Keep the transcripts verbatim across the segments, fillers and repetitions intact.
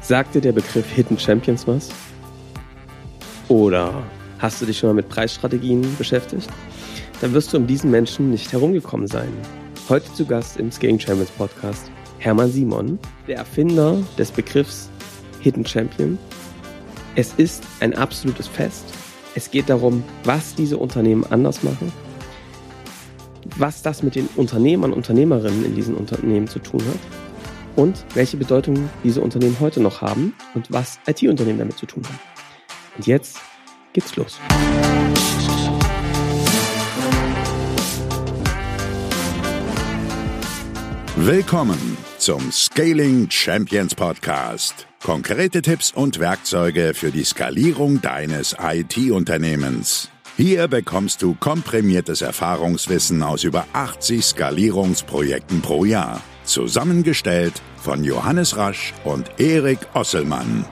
Sagt dir der Begriff Hidden Champions was? Oder hast du dich schon mal mit Preisstrategien beschäftigt? Dann wirst du um diesen Menschen nicht herumgekommen sein. Heute zu Gast im Scaling Champions Podcast Hermann Simon, der Erfinder des Begriffs Hidden Champion. Es ist ein absolutes Fest. Es geht darum, was diese Unternehmen anders machen, was das mit den Unternehmern und Unternehmerinnen in diesen Unternehmen zu tun hat und welche Bedeutung diese Unternehmen heute noch haben und was I T-Unternehmen damit zu tun haben. Und jetzt geht's los. Willkommen zum Scaling Champions Podcast. Konkrete Tipps und Werkzeuge für die Skalierung deines I T-Unternehmens. Hier bekommst du komprimiertes Erfahrungswissen aus über achtzig Skalierungsprojekten pro Jahr. Zusammengestellt von Johannes Rasch und Erik Osselmann.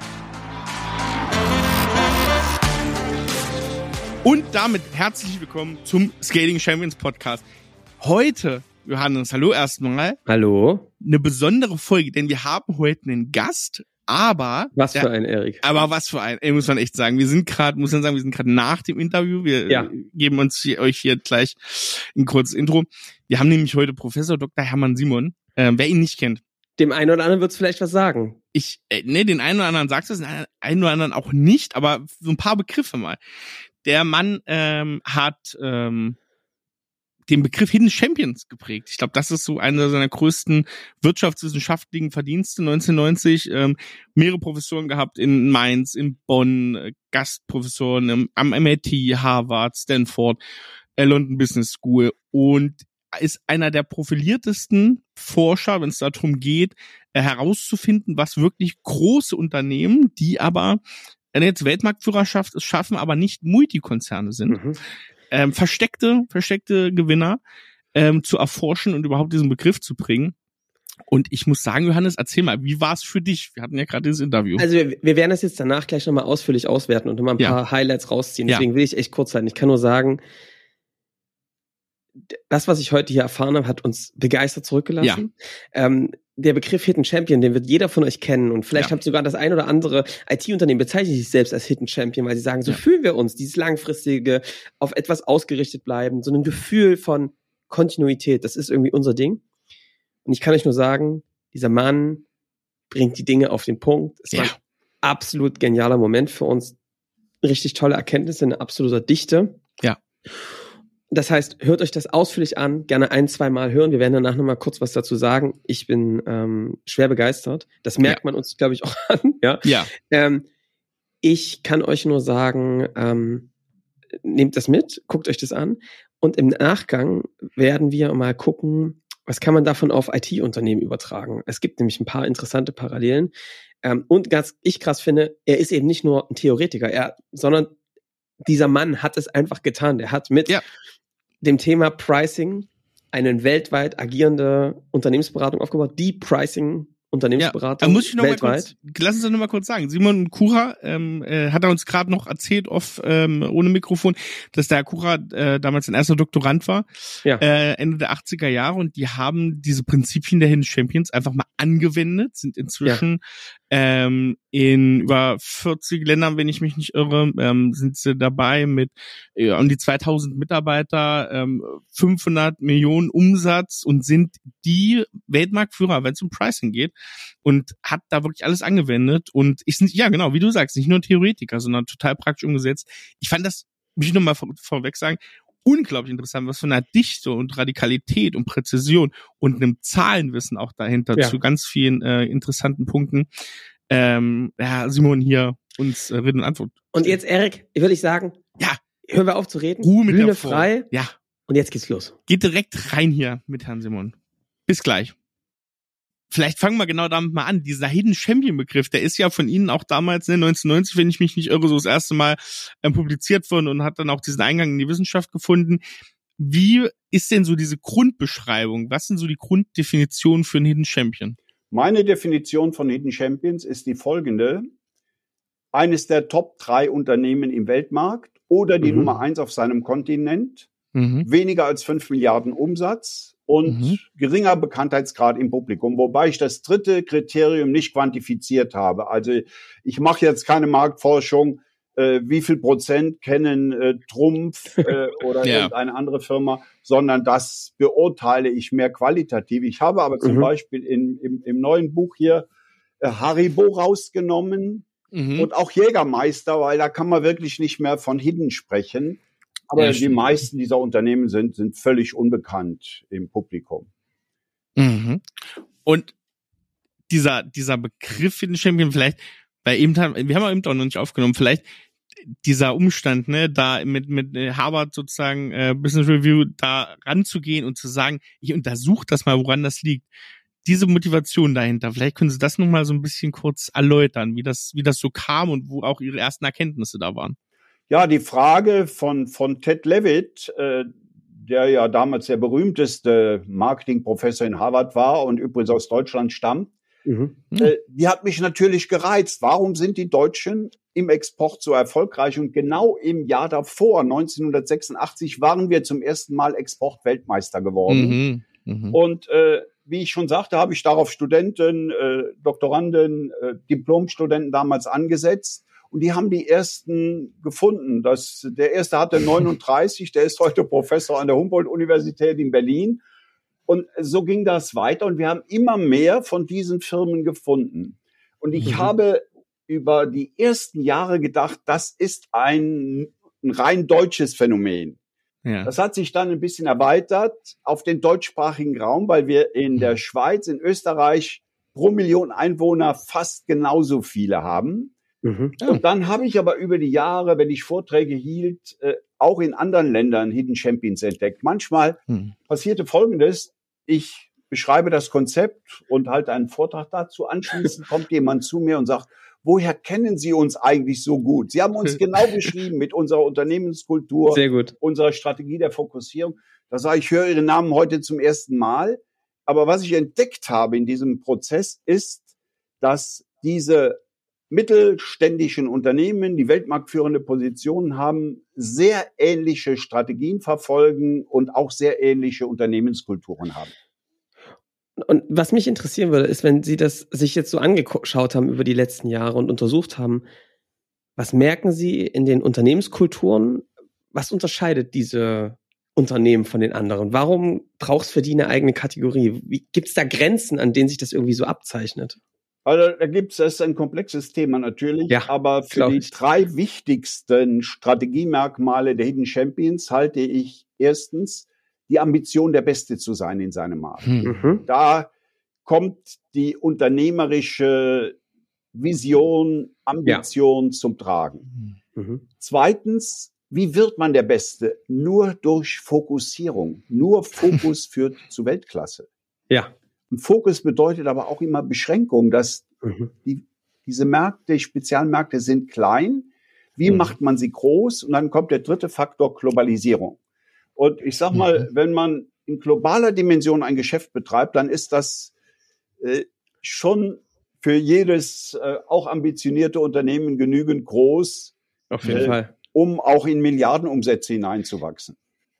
Und damit herzlich willkommen zum Scaling Champions Podcast. Heute, Johannes, hallo erstmal. Hallo. Eine besondere Folge, denn wir haben heute einen Gast, aber... Was der, für ein, Erik. Aber was für ein, ey, muss man echt sagen. Wir sind gerade, muss man sagen, wir sind gerade nach dem Interview. Wir ja. geben uns hier, euch hier gleich ein kurzes Intro. Wir haben nämlich heute Professor Doktor Hermann Simon. Ähm, wer ihn nicht kennt. Dem einen oder anderen wird es vielleicht was sagen. Ich, äh, nee, den einen oder anderen sagt es, den einen oder anderen auch nicht, aber so ein paar Begriffe mal. Der Mann ähm, hat ähm, den Begriff Hidden Champions geprägt. Ich glaube, das ist so einer seiner größten wirtschaftswissenschaftlichen Verdienste. neunzehnhundertneunzig ähm, mehrere Professoren gehabt in Mainz, in Bonn, äh, Gastprofessoren im, am M I T, Harvard, Stanford, äh, London Business School und ist einer der profiliertesten Forscher, wenn es darum geht, äh, herauszufinden, was wirklich große Unternehmen, die aber äh, jetzt Weltmarktführerschaft es schaffen, aber nicht Multikonzerne sind, mhm. ähm, versteckte, versteckte Gewinner ähm, zu erforschen und überhaupt diesen Begriff zu bringen. Und ich muss sagen, Johannes, erzähl mal, wie war es für dich? Wir hatten ja gerade dieses Interview. Also wir, wir werden das jetzt danach gleich nochmal ausführlich auswerten und nochmal ein ja. paar Highlights rausziehen. Deswegen ja. will ich echt kurz halten. Ich kann nur sagen, das, was ich heute hier erfahren habe, hat uns begeistert zurückgelassen. Ja. Ähm, der Begriff Hidden Champion, den wird jeder von euch kennen und vielleicht ja. habt sogar das ein oder andere I T-Unternehmen bezeichnet sich selbst als Hidden Champion, weil sie sagen, so ja. fühlen wir uns, dieses langfristige, auf etwas ausgerichtet bleiben, so ein Gefühl von Kontinuität, das ist irgendwie unser Ding. Und ich kann euch nur sagen, dieser Mann bringt die Dinge auf den Punkt. Es ja. war ein absolut genialer Moment für uns. Richtig tolle Erkenntnisse in absoluter Dichte. Ja. Das heißt, hört euch das ausführlich an, gerne ein, zwei Mal hören. Wir werden danach nochmal kurz was dazu sagen. Ich bin ähm, schwer begeistert. Das merkt ja. man uns, glaube ich, auch an. Ja. ja. Ähm, ich kann euch nur sagen, ähm, nehmt das mit, guckt euch das an. Und im Nachgang werden wir mal gucken, was kann man davon auf I T-Unternehmen übertragen. Es gibt nämlich ein paar interessante Parallelen. Ähm, und ganz ich krass finde, er ist eben nicht nur ein Theoretiker, er, sondern dieser Mann hat es einfach getan. Der hat mit ja. dem Thema Pricing eine weltweit agierende Unternehmensberatung aufgebaut, die Pricing Unternehmensberatung ja, muss ich noch weltweit. Mal kurz, lass uns das noch mal kurz sagen. Simon Kura ähm, äh, hat er uns gerade noch erzählt, off, ähm, ohne Mikrofon, dass der Herr Kura äh, damals ein erster Doktorand war, ja. äh, Ende der achtziger Jahre, und die haben diese Prinzipien der Hidden Champions einfach mal angewendet, sind inzwischen ja. ähm, in über vierzig Ländern, wenn ich mich nicht irre, ähm, sind sie dabei mit äh, um die zweitausend Mitarbeiter, ähm, fünfhundert Millionen Umsatz und sind die Weltmarktführer, wenn es um Pricing geht. Und hat da wirklich alles angewendet und ist nicht, ja genau, wie du sagst, nicht nur ein Theoretiker, sondern total praktisch umgesetzt. Ich fand das, muss ich nochmal vor, vorweg sagen, unglaublich interessant, was von einer Dichte und Radikalität und Präzision und einem Zahlenwissen auch dahinter ja. zu ganz vielen äh, interessanten Punkten ähm, ja, Simon hier uns äh, Rede und Antwort. Und jetzt, Erik, würde ich sagen, ja, hören wir auf zu reden, Ruhe mit Bühne der frei ja. und jetzt geht's los. Geht direkt rein hier mit Herrn Simon. Bis gleich. Vielleicht fangen wir genau damit mal an. Dieser Hidden Champion Begriff, der ist ja von Ihnen auch damals, ne, neunzehnhundertneunzig, wenn ich mich nicht irre, so das erste Mal ähm, publiziert worden und hat dann auch diesen Eingang in die Wissenschaft gefunden. Wie ist denn so diese Grundbeschreibung? Was sind so die Grunddefinitionen für einen Hidden Champion? Meine Definition von Hidden Champions ist die folgende. Eines der Top drei Unternehmen im Weltmarkt oder die mhm. Nummer eins auf seinem Kontinent, mhm. weniger als fünf Milliarden Umsatz und Mhm. geringer Bekanntheitsgrad im Publikum, wobei ich das dritte Kriterium nicht quantifiziert habe. Also ich mache jetzt keine Marktforschung, äh, wie viel Prozent kennen äh, Trumpf äh, oder Ja. irgendeine andere Firma, sondern das beurteile ich mehr qualitativ. Ich habe aber zum Mhm. Beispiel in, im, im neuen Buch hier äh, Haribo rausgenommen Mhm. und auch Jägermeister, weil da kann man wirklich nicht mehr von Hidden sprechen. Aber Ja, die stimmt. meisten dieser Unternehmen sind, sind völlig unbekannt im Publikum. Mhm. Und dieser, dieser Begriff Hidden Champion, vielleicht, bei eben, wir haben ja eben auch noch nicht aufgenommen, vielleicht dieser Umstand, ne, da mit, mit Harvard sozusagen, äh, Business Review, da ranzugehen und zu sagen, ich untersuche das mal, woran das liegt. Diese Motivation dahinter, vielleicht können Sie das nochmal so ein bisschen kurz erläutern, wie das, wie das so kam und wo auch Ihre ersten Erkenntnisse da waren. Ja, die Frage von, von Ted Levitt, äh, der ja damals der berühmteste Marketingprofessor in Harvard war und übrigens aus Deutschland stammt, Mhm. äh, die hat mich natürlich gereizt. Warum sind die Deutschen im Export so erfolgreich? Und genau im Jahr davor, neunzehnhundertsechsundachtzig, waren wir zum ersten Mal Exportweltmeister geworden. Mhm. Mhm. Und äh, wie ich schon sagte, habe ich darauf Studenten, äh, Doktoranden, äh, Diplomstudenten damals angesetzt. Und die haben die ersten gefunden. Das, der erste hatte neununddreißig, der ist heute Professor an der Humboldt-Universität in Berlin. Und so ging das weiter. Und wir haben immer mehr von diesen Firmen gefunden. Und ich Mhm. habe über die ersten Jahre gedacht, das ist ein, ein rein deutsches Phänomen. Ja. Das hat sich dann ein bisschen erweitert auf den deutschsprachigen Raum, weil wir in der Schweiz, in Österreich pro Million Einwohner fast genauso viele haben. Mhm. Ja. Und dann habe ich aber über die Jahre, wenn ich Vorträge hielt, äh, auch in anderen Ländern Hidden Champions entdeckt. Manchmal Hm. passierte Folgendes: Ich beschreibe das Konzept und halte einen Vortrag dazu. Anschließend kommt jemand zu mir und sagt, woher kennen Sie uns eigentlich so gut? Sie haben uns genau beschrieben mit unserer Unternehmenskultur, Sehr gut. unserer Strategie der Fokussierung. Da sage ich, ich höre Ihren Namen heute zum ersten Mal. Aber was ich entdeckt habe in diesem Prozess ist, dass diese mittelständischen Unternehmen, die weltmarktführende Positionen haben, sehr ähnliche Strategien verfolgen und auch sehr ähnliche Unternehmenskulturen haben. Und was mich interessieren würde, ist, wenn Sie das sich jetzt so angeschaut haben über die letzten Jahre und untersucht haben, was merken Sie in den Unternehmenskulturen? Was unterscheidet diese Unternehmen von den anderen? Warum braucht es für die eine eigene Kategorie? Gibt es da Grenzen, an denen sich das irgendwie so abzeichnet? Also da gibt es, das ist ein komplexes Thema natürlich, Ja, aber für die ich. drei wichtigsten Strategiemerkmale der Hidden Champions halte ich erstens die Ambition, der Beste zu sein in seinem Markt. Hm. Mhm. Da kommt die unternehmerische Vision, Ambition ja. zum Tragen. Mhm. Zweitens, wie wird man der Beste? Nur durch Fokussierung. Nur Fokus führt zu Weltklasse. Ja. Und Fokus bedeutet aber auch immer Beschränkung, dass Mhm. die, diese Märkte, Spezialmärkte sind klein. Wie Mhm. macht man sie groß? Und dann kommt der dritte Faktor, Globalisierung. Und ich sag mal, Mhm. wenn man in globaler Dimension ein Geschäft betreibt, dann ist das äh, schon für jedes äh, auch ambitionierte Unternehmen genügend groß, Auf jeden äh, Fall. um auch in Milliardenumsätze hineinzuwachsen.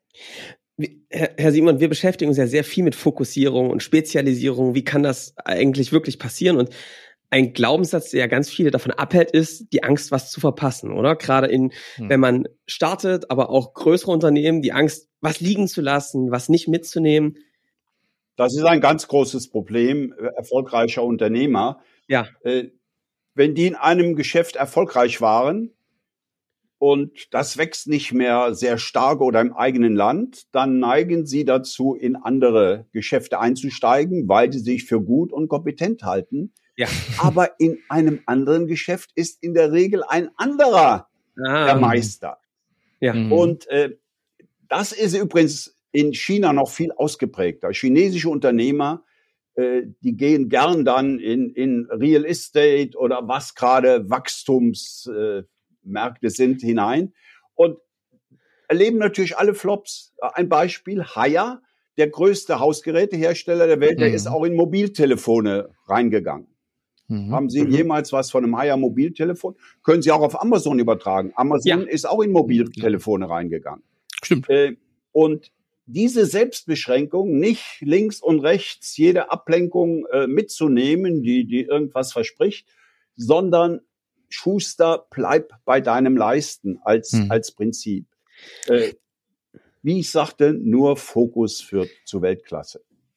Herr Simon, wir beschäftigen uns ja sehr viel mit Fokussierung und Spezialisierung. Wie kann das eigentlich wirklich passieren? Und ein Glaubenssatz, der ja ganz viele davon abhält, ist die Angst, was zu verpassen, oder? Gerade in, hm. wenn man startet, aber auch größere Unternehmen, die Angst, was liegen zu lassen, was nicht mitzunehmen. Das ist ein ganz großes Problem erfolgreicher Unternehmer. Ja. Äh, wenn die in einem Geschäft erfolgreich waren, und das wächst nicht mehr sehr stark oder im eigenen Land, dann neigen sie dazu, in andere Geschäfte einzusteigen, weil sie sich für gut und kompetent halten. Ja. Aber in einem anderen Geschäft ist in der Regel ein anderer ah. der Meister. Ja. Und äh, das ist übrigens in China noch viel ausgeprägter. Chinesische Unternehmer, äh, die gehen gern dann in, in Real Estate oder was gerade Wachstums äh, Märkte sind hinein und erleben natürlich alle Flops. Ein Beispiel, Haier, der größte Hausgerätehersteller der Welt, mhm. der ist auch in Mobiltelefone reingegangen. Mhm. Haben Sie mhm. jemals was von einem Haier Mobiltelefon? Können Sie auch auf Amazon übertragen. Amazon ja. ist auch in Mobiltelefone reingegangen. Stimmt. Äh, und diese Selbstbeschränkung, nicht links und rechts jede Ablenkung äh, mitzunehmen, die, die irgendwas verspricht, sondern Schuster, bleib bei deinem Leisten als, hm. als Prinzip. Äh, wie ich sagte, nur Fokus führt zu Weltklasse.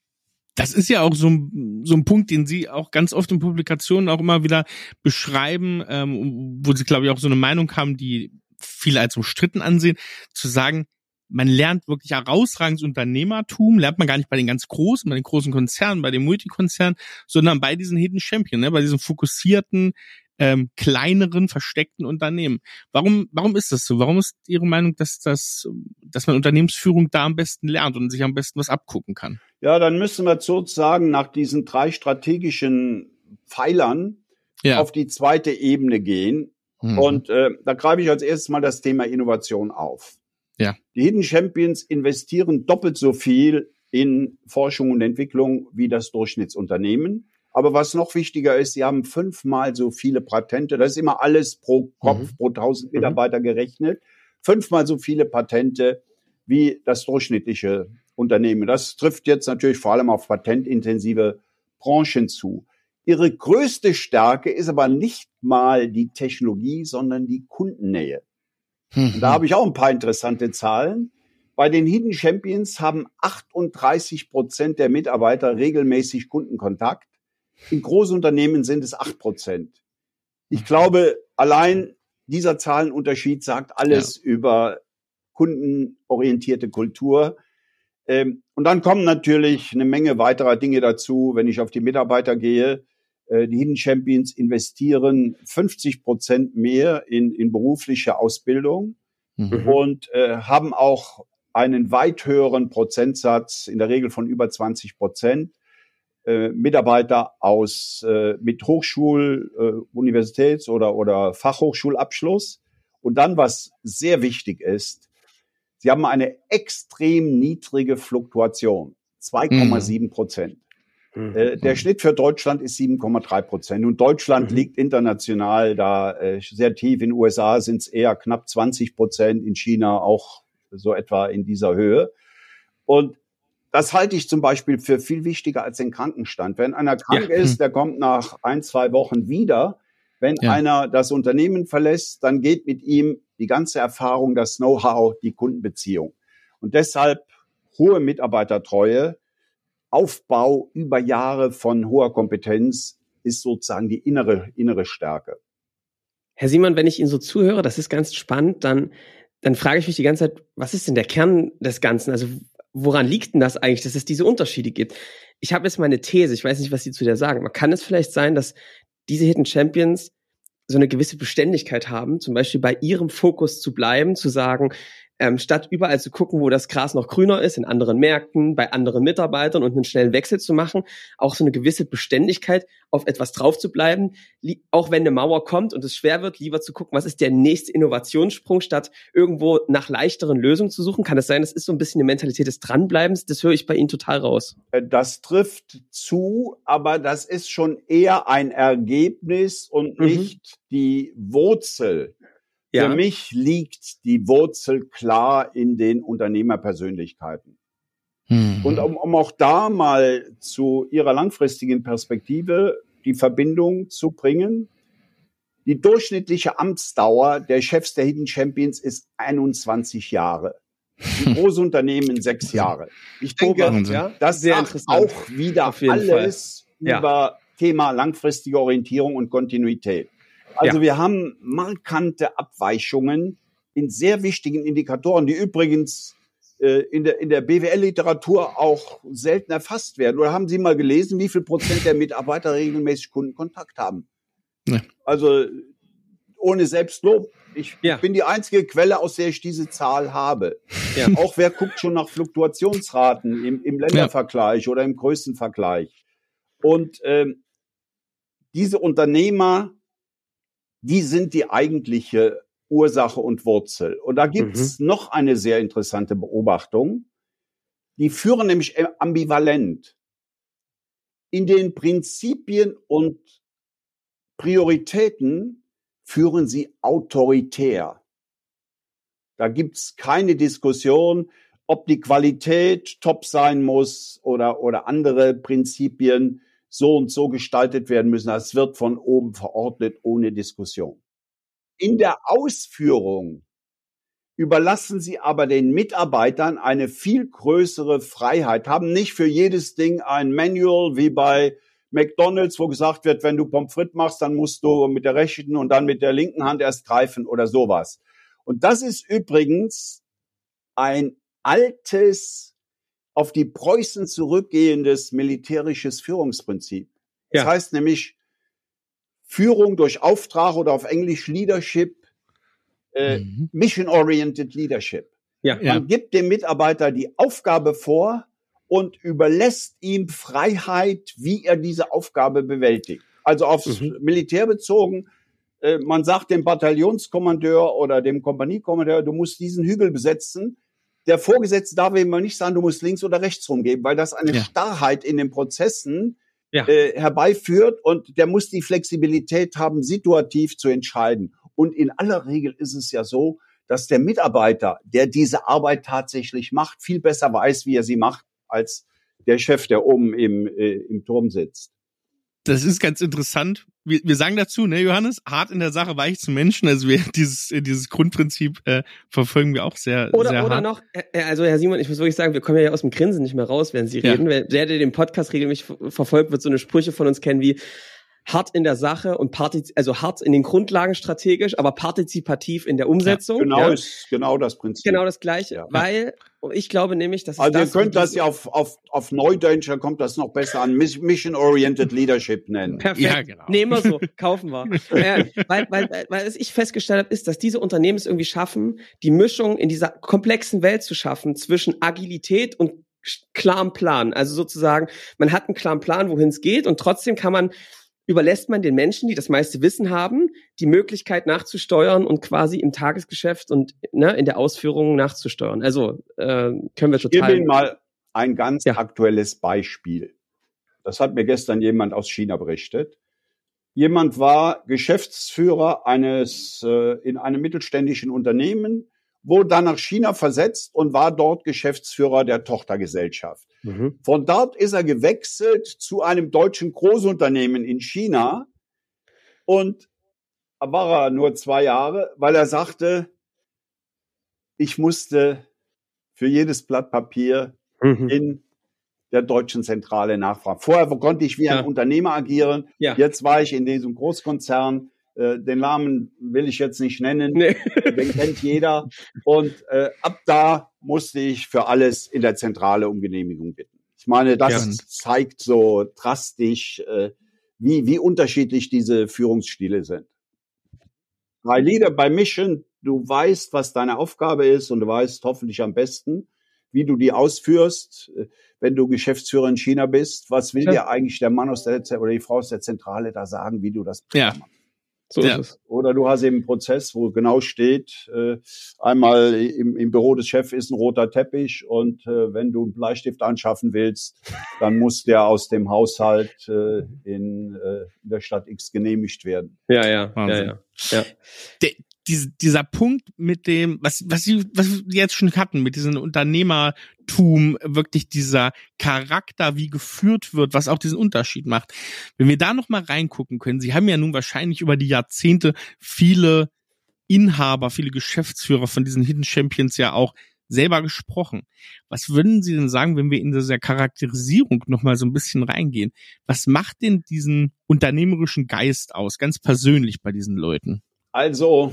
Das ist ja auch so ein, so ein Punkt, den Sie auch ganz oft in Publikationen auch immer wieder beschreiben, ähm, wo Sie, glaube ich, auch so eine Meinung haben, die viele als umstritten ansehen, zu sagen, man lernt wirklich herausragendes Unternehmertum, lernt man gar nicht bei den ganz Großen, bei den großen Konzernen, bei den Multikonzernen, sondern bei diesen Hidden Champion, ne, bei diesen fokussierten, ähm, kleineren, versteckten Unternehmen. Warum, warum ist das so? Warum ist Ihre Meinung, dass das, dass man Unternehmensführung da am besten lernt und sich am besten was abgucken kann? Ja, dann müssen wir sozusagen nach diesen drei strategischen Pfeilern ja. auf die zweite Ebene gehen. Mhm. Und äh, da greife ich als erstes mal das Thema Innovation auf. Ja. Die Hidden Champions investieren doppelt so viel in Forschung und Entwicklung wie das Durchschnittsunternehmen. Aber was noch wichtiger ist, sie haben fünfmal so viele Patente. Das ist immer alles pro Kopf, mhm. pro tausend Mitarbeiter gerechnet. Fünfmal so viele Patente wie das durchschnittliche Unternehmen. Das trifft jetzt natürlich vor allem auf patentintensive Branchen zu. Ihre größte Stärke ist aber nicht mal die Technologie, sondern die Kundennähe. Mhm. Und da habe ich auch ein paar interessante Zahlen. Bei den Hidden Champions haben achtunddreißig Prozent der Mitarbeiter regelmäßig Kundenkontakt. In Großunternehmen sind es acht Prozent. Ich glaube, allein dieser Zahlenunterschied sagt alles ja. über kundenorientierte Kultur. Ähm, und dann kommen natürlich eine Menge weiterer Dinge dazu, wenn ich auf die Mitarbeiter gehe. Äh, die Hidden Champions investieren fünfzig Prozent mehr in, in berufliche Ausbildung mhm. und äh, haben auch einen weit höheren Prozentsatz, in der Regel von über zwanzig Prozent, äh, Mitarbeiter aus äh, mit Hochschul-, äh, Universitäts- oder, oder Fachhochschulabschluss. Und dann, was sehr wichtig ist, sie haben eine extrem niedrige Fluktuation, zwei Komma sieben Prozent. Mhm. Äh, der Schnitt für Deutschland ist sieben Komma drei Prozent. Und Deutschland mhm. liegt international da äh, sehr tief. In den U S A sind es eher knapp zwanzig Prozent, in China auch so etwa in dieser Höhe. Und das halte ich zum Beispiel für viel wichtiger als den Krankenstand. Wenn einer krank ja. ist, der kommt nach ein, zwei Wochen wieder. Wenn ja. einer das Unternehmen verlässt, dann geht mit ihm die ganze Erfahrung, das Know-how, die Kundenbeziehung. Und deshalb hohe Mitarbeitertreue, Aufbau über Jahre von hoher Kompetenz ist sozusagen die innere, innere Stärke. Herr Simon, wenn ich Ihnen so zuhöre, das ist ganz spannend, dann, dann frage ich mich die ganze Zeit, was ist denn der Kern des Ganzen? Also woran liegt denn das eigentlich, dass es diese Unterschiede gibt? Ich habe jetzt mal eine These, ich weiß nicht, was Sie zu der sagen. Aber kann es vielleicht sein, dass diese Hidden Champions so eine gewisse Beständigkeit haben, zum Beispiel bei ihrem Fokus zu bleiben, zu sagen, ähm, statt überall zu gucken, wo das Gras noch grüner ist, in anderen Märkten, bei anderen Mitarbeitern und einen schnellen Wechsel zu machen, auch so eine gewisse Beständigkeit, auf etwas drauf zu bleiben, li- auch wenn eine Mauer kommt und es schwer wird, lieber zu gucken, was ist der nächste Innovationssprung, statt irgendwo nach leichteren Lösungen zu suchen. Kann es sein, das ist so ein bisschen die Mentalität des Dranbleibens? Das höre ich bei Ihnen total raus. Das trifft zu, aber das ist schon eher ein Ergebnis und mhm. nicht die Wurzel. Ja. Für mich liegt die Wurzel klar in den Unternehmerpersönlichkeiten. Mhm. Und um, um auch da mal zu Ihrer langfristigen Perspektive die Verbindung zu bringen, die durchschnittliche Amtsdauer der Chefs der Hidden Champions ist einundzwanzig Jahre. Die Großunternehmen sechs Jahre. Ich denke, ja, das sagt auch wieder alles ja. über Thema langfristige Orientierung und Kontinuität. Also ja. wir haben markante Abweichungen in sehr wichtigen Indikatoren, die übrigens äh, in der in der B W L-Literatur auch selten erfasst werden. Oder haben Sie mal gelesen, wie viel Prozent der Mitarbeiter regelmäßig Kundenkontakt haben? Ja. Also ohne Selbstlob. Ich ja. bin die einzige Quelle, aus der ich diese Zahl habe. Ja. Auch wer guckt schon nach Fluktuationsraten im, im Ländervergleich ja. oder im Größenvergleich. Und ähm, diese Unternehmer, die sind die eigentliche Ursache und Wurzel. Und da gibt's mhm. noch eine sehr interessante Beobachtung. Die führen nämlich ambivalent. In den Prinzipien und Prioritäten führen sie autoritär. Da gibt's keine Diskussion, ob die Qualität top sein muss oder, oder andere Prinzipien so und so gestaltet werden müssen. Das wird von oben verordnet, ohne Diskussion. In der Ausführung überlassen sie aber den Mitarbeitern eine viel größere Freiheit, haben nicht für jedes Ding ein Manual wie bei McDonald's, wo gesagt wird, wenn du Pommes frites machst, dann musst du mit der rechten und dann mit der linken Hand erst greifen oder sowas. Und das ist übrigens ein altes, auf die Preußen zurückgehendes militärisches Führungsprinzip. Ja. Das heißt nämlich Führung durch Auftrag oder auf Englisch Leadership, äh, mhm. Mission-Oriented Leadership. Ja. Man ja. gibt dem Mitarbeiter die Aufgabe vor und überlässt ihm Freiheit, wie er diese Aufgabe bewältigt. Also aufs mhm. Militär bezogen, äh, man sagt dem Bataillonskommandeur oder dem Kompaniekommandeur, du musst diesen Hügel besetzen. Der Vorgesetzte darf ihm nicht sagen, du musst links oder rechts rumgehen, weil das eine ja. Starrheit in den Prozessen ja. äh, herbeiführt und der muss die Flexibilität haben, situativ zu entscheiden. Und in aller Regel ist es ja so, dass der Mitarbeiter, der diese Arbeit tatsächlich macht, viel besser weiß, wie er sie macht, als der Chef, der oben im, äh, im Turm sitzt. Das ist ganz interessant. Wir, wir sagen dazu, ne, Johannes, hart in der Sache, weich zum Menschen. Also wir dieses dieses Grundprinzip äh, verfolgen wir auch sehr, oder, sehr oder hart. Oder noch, also Herr Simon, ich muss wirklich sagen, wir kommen ja aus dem Grinsen nicht mehr raus, wenn Sie ja. reden. Wer, der, der den Podcast regelmäßig verfolgt, wird so eine Sprüche von uns kennen wie hart in der Sache und partiz- also hart in den Grundlagen strategisch, aber partizipativ in der Umsetzung. Ja, genau, ja. ist genau das Prinzip. Genau das Gleiche, ja. weil ich glaube nämlich, dass es also das... ihr könnt das ja auf, auf, auf Neudeutsch, da kommt das noch besser an, Mission-Oriented Leadership nennen. Perfekt, ja, genau. Nehmen wir so, kaufen wir. äh, weil, weil, weil, weil was ich festgestellt habe, ist, dass diese Unternehmen es irgendwie schaffen, die Mischung in dieser komplexen Welt zu schaffen zwischen Agilität und klarem Plan. Also sozusagen, man hat einen klaren Plan, wohin es geht und trotzdem kann man überlässt man den Menschen, die das meiste Wissen haben, die Möglichkeit nachzusteuern und quasi im Tagesgeschäft und ne, in der Ausführung nachzusteuern. Also äh, können wir total... Ich gebe Ihnen mal ein ganz ja. aktuelles Beispiel. Das hat mir gestern jemand aus China berichtet. Jemand war Geschäftsführer eines äh, in einem mittelständischen Unternehmen, wurde dann nach China versetzt und war dort Geschäftsführer der Tochtergesellschaft. Mhm. Von dort ist er gewechselt zu einem deutschen Großunternehmen in China und da war er nur zwei Jahre, weil er sagte, ich musste für jedes Blatt Papier mhm. in der deutschen Zentrale nachfragen. Vorher konnte ich wie ja. ein Unternehmer agieren, ja. jetzt war ich in diesem Großkonzern. Den Namen will ich jetzt nicht nennen, nee. Den kennt jeder. Und äh, ab da musste ich für alles in der Zentrale um Genehmigung bitten. Ich meine, das ja. zeigt so drastisch, äh, wie, wie unterschiedlich diese Führungsstile sind. Bei Leader, bei Mission, du weißt, was deine Aufgabe ist und du weißt hoffentlich am besten, wie du die ausführst. Wenn du Geschäftsführer in China bist, was will ja. dir eigentlich der Mann aus der oder die Frau aus der Zentrale da sagen, wie du das ja. machst? So ja. ist es. Oder du hast eben einen Prozess, wo genau steht, äh, einmal im, im Büro des Chefs ist ein roter Teppich und äh, wenn du einen Bleistift anschaffen willst, dann muss der aus dem Haushalt äh, in, äh, in der Stadt X genehmigt werden. Ja, ja, Wahnsinn. ja, ja. ja. Der, diese, dieser Punkt mit dem, was, was Sie, was Sie jetzt schon hatten, mit diesem Unternehmertum, wirklich dieser Charakter, wie geführt wird, was auch diesen Unterschied macht. Wenn wir da noch mal reingucken können, Sie haben ja nun wahrscheinlich über die Jahrzehnte viele Inhaber, viele Geschäftsführer von diesen Hidden Champions ja auch selber gesprochen. Was würden Sie denn sagen, wenn wir in dieser Charakterisierung noch mal so ein bisschen reingehen? Was macht denn diesen unternehmerischen Geist aus, ganz persönlich bei diesen Leuten? Also,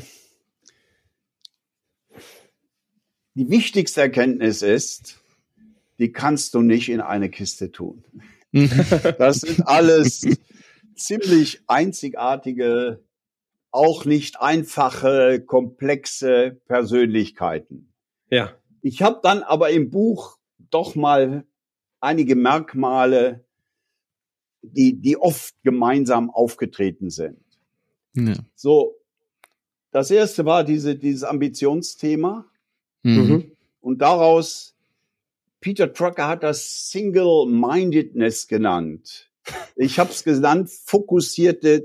die wichtigste Erkenntnis ist, die kannst du nicht in eine Kiste tun. Das sind alles ziemlich einzigartige, auch nicht einfache, komplexe Persönlichkeiten. Ja. Ich habe dann aber im Buch doch mal einige Merkmale, die, die oft gemeinsam aufgetreten sind. Ja. So, das erste war diese, dieses Ambitionsthema. Mhm. Und daraus, Peter Drucker hat das Single-Mindedness genannt. Ich habe es genannt, fokussierte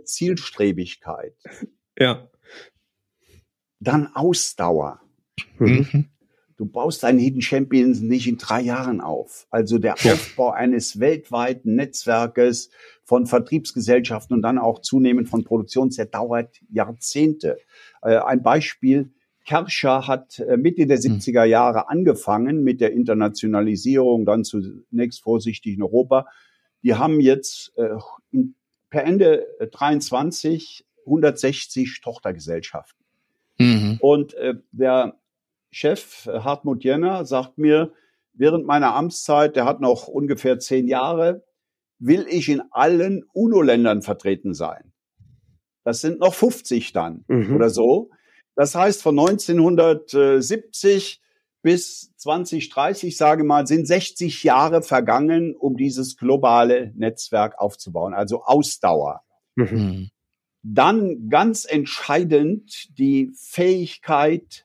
Zielstrebigkeit. Ja. Dann Ausdauer. Mhm. Du baust deinen Hidden Champions nicht in drei Jahren auf. Also der ja. Aufbau eines weltweiten Netzwerkes von Vertriebsgesellschaften und dann auch zunehmend von Produktion, der dauert Jahrzehnte. Äh, ein Beispiel, Kärcher hat äh, Mitte der siebziger Jahre angefangen mit der Internationalisierung, dann zunächst vorsichtig in Europa. Die haben jetzt äh, in, per Ende dreiundzwanzig hundertsechzig Tochtergesellschaften. Mhm. Und äh, der Chef Hartmut Jenner sagt mir, während meiner Amtszeit, der hat noch ungefähr zehn Jahre, will ich in allen UNO-Ländern vertreten sein. Das sind noch fünfzig dann mhm. oder so. Das heißt, von neunzehnhundertsiebzig bis zwanzig dreißig, sage mal, sind sechzig Jahre vergangen, um dieses globale Netzwerk aufzubauen, also Ausdauer. Mhm. Dann ganz entscheidend die Fähigkeit,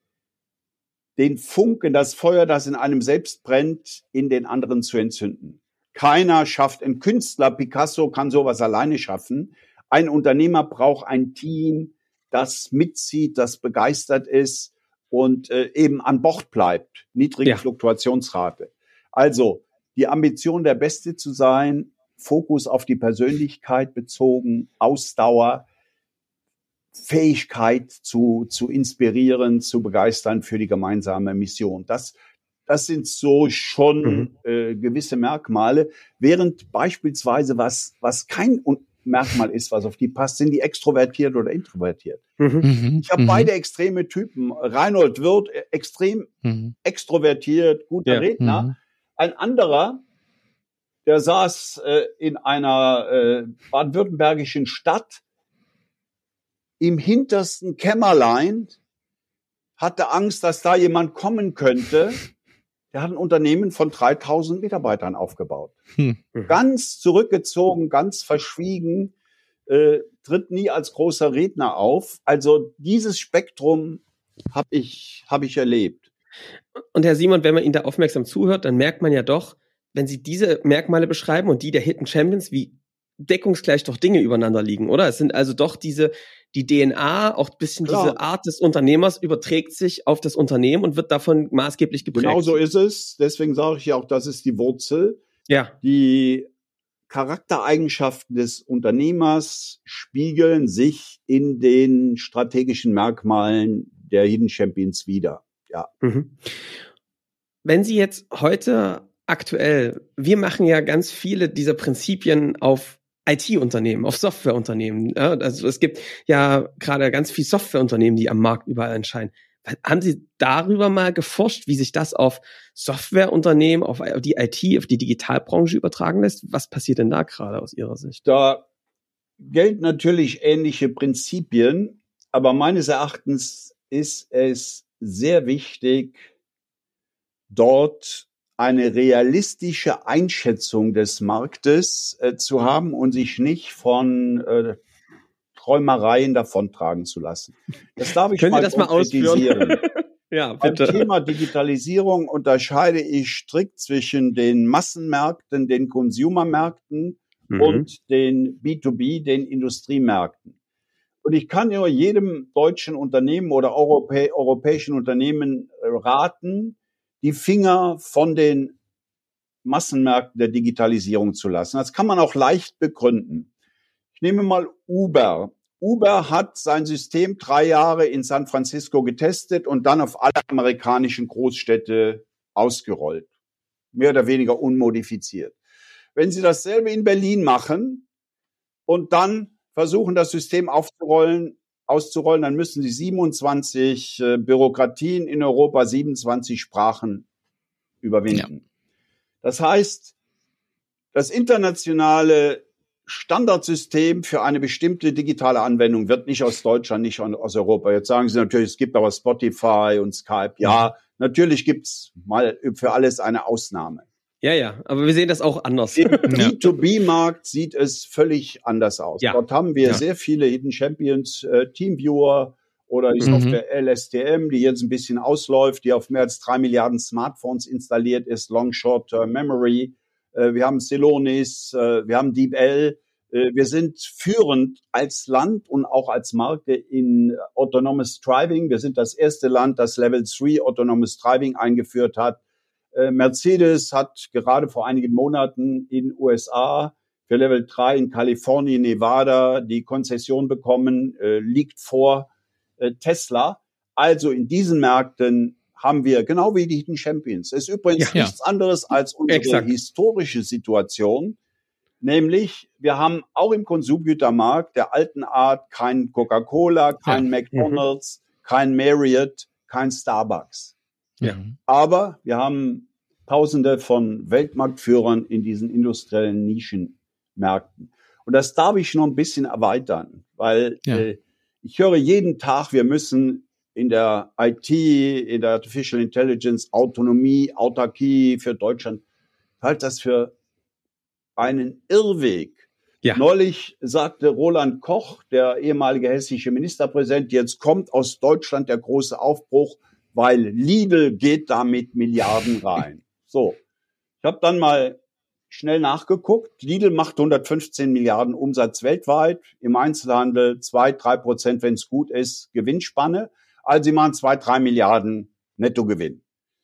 den Funken, das Feuer, das in einem selbst brennt, in den anderen zu entzünden. Keiner schafft, ein Künstler, Picasso kann sowas alleine schaffen. Ein Unternehmer braucht ein Team, das mitzieht, das begeistert ist und äh, eben an Bord bleibt. Niedrige ja. Fluktuationsrate. Also die Ambition, der Beste zu sein, Fokus auf die Persönlichkeit bezogen, Ausdauer, Fähigkeit zu, zu inspirieren, zu begeistern für die gemeinsame Mission. Das, das sind so schon mhm. äh, gewisse Merkmale. Während beispielsweise was, was kein Merkmal ist, was auf die passt, sind die extrovertiert oder introvertiert. Mhm. Ich habe mhm. beide extreme Typen. Reinhold Wirth, extrem mhm. extrovertiert, guter ja. Redner. Mhm. Ein anderer, der saß äh, in einer äh, baden-württembergischen Stadt, im hintersten Kämmerlein, hatte Angst, dass da jemand kommen könnte. Der hat ein Unternehmen von dreitausend Mitarbeitern aufgebaut. Hm. Ganz zurückgezogen, ganz verschwiegen, äh, tritt nie als großer Redner auf. Also dieses Spektrum habe ich, hab ich erlebt. Und Herr Simon, wenn man Ihnen da aufmerksam zuhört, dann merkt man ja doch, wenn Sie diese Merkmale beschreiben und die der Hidden Champions, wie deckungsgleich doch Dinge übereinander liegen, oder? Es sind also doch diese, die D N A, auch ein bisschen Klar. diese Art des Unternehmers überträgt sich auf das Unternehmen und wird davon maßgeblich geprägt. Genau so ist es. Deswegen sage ich ja auch, das ist die Wurzel. Ja. Die Charaktereigenschaften des Unternehmers spiegeln sich in den strategischen Merkmalen der Hidden Champions wider. Ja. Mhm. Wenn Sie jetzt heute aktuell, wir machen ja ganz viele dieser Prinzipien auf I T-Unternehmen, auf Softwareunternehmen. Ja, also es gibt ja gerade ganz viele Softwareunternehmen, die am Markt überall erscheinen. Haben Sie darüber mal geforscht, wie sich das auf Softwareunternehmen, auf die I T, auf die Digitalbranche übertragen lässt? Was passiert denn da gerade aus Ihrer Sicht? Da gelten natürlich ähnliche Prinzipien, aber meines Erachtens ist es sehr wichtig, dort eine realistische Einschätzung des Marktes äh, zu haben und sich nicht von äh, Träumereien davontragen zu lassen. Das darf ich Können mal Sie das mal ausführen? Ja, bitte. Beim Thema Digitalisierung unterscheide ich strikt zwischen den Massenmärkten, den Consumermärkten mhm. und den B zwei B, den Industriemärkten. Und ich kann nur jedem deutschen Unternehmen oder Europä- europäischen Unternehmen äh, raten, die Finger von den Massenmärkten der Digitalisierung zu lassen. Das kann man auch leicht begründen. Ich nehme mal Uber. Uber hat sein System drei Jahre in San Francisco getestet und dann auf alle amerikanischen Großstädte ausgerollt. Mehr oder weniger unmodifiziert. Wenn Sie dasselbe in Berlin machen und dann versuchen, das System aufzurollen, auszurollen, dann müssen Sie siebenundzwanzig äh, Bürokratien in Europa, siebenundzwanzig Sprachen überwinden. Ja. Das heißt, das internationale Standardsystem für eine bestimmte digitale Anwendung wird nicht aus Deutschland, nicht aus Europa. Jetzt sagen Sie natürlich, es gibt aber Spotify und Skype. Ja, natürlich gibt's mal für alles eine Ausnahme. Ja, ja, aber wir sehen das auch anders. Im B zwei B-Markt sieht es völlig anders aus. Ja. Dort haben wir ja. sehr viele Hidden Champions, äh, Teamviewer oder die Software mhm. L S T M, die jetzt ein bisschen ausläuft, die auf mehr als drei Milliarden Smartphones installiert ist, Long Short Term Memory. Äh, wir haben Celonis, äh, wir haben DeepL, Wir sind führend als Land und auch als Marke in Autonomous Driving. Wir sind das erste Land, das Level drei Autonomous Driving eingeführt hat. Mercedes hat gerade vor einigen Monaten in U S A für Level drei in Kalifornien, Nevada die Konzession bekommen, liegt vor Tesla. Also in diesen Märkten haben wir, genau wie die Hidden Champions, ist übrigens ja, nichts ja. anderes als unsere Exakt. historische Situation. Nämlich, wir haben auch im Konsumgütermarkt der alten Art kein Coca-Cola, kein ja. McDonald's, mhm. kein Marriott, kein Starbucks. Ja. Aber wir haben Tausende von Weltmarktführern in diesen industriellen Nischenmärkten. Und das darf ich noch ein bisschen erweitern, weil ja. äh, ich höre jeden Tag, wir müssen in der I T, in der Artificial Intelligence, Autonomie, Autarkie für Deutschland, halt das für einen Irrweg. Ja. Neulich sagte Roland Koch, der ehemalige hessische Ministerpräsident, jetzt kommt aus Deutschland der große Aufbruch, weil Lidl geht da mit Milliarden rein. So, ich habe dann mal schnell nachgeguckt. Lidl macht hundertfünfzehn Milliarden Umsatz weltweit, im Einzelhandel zwei, drei Prozent, wenn es gut ist, Gewinnspanne. Also sie machen zwei, drei Milliarden Nettogewinn.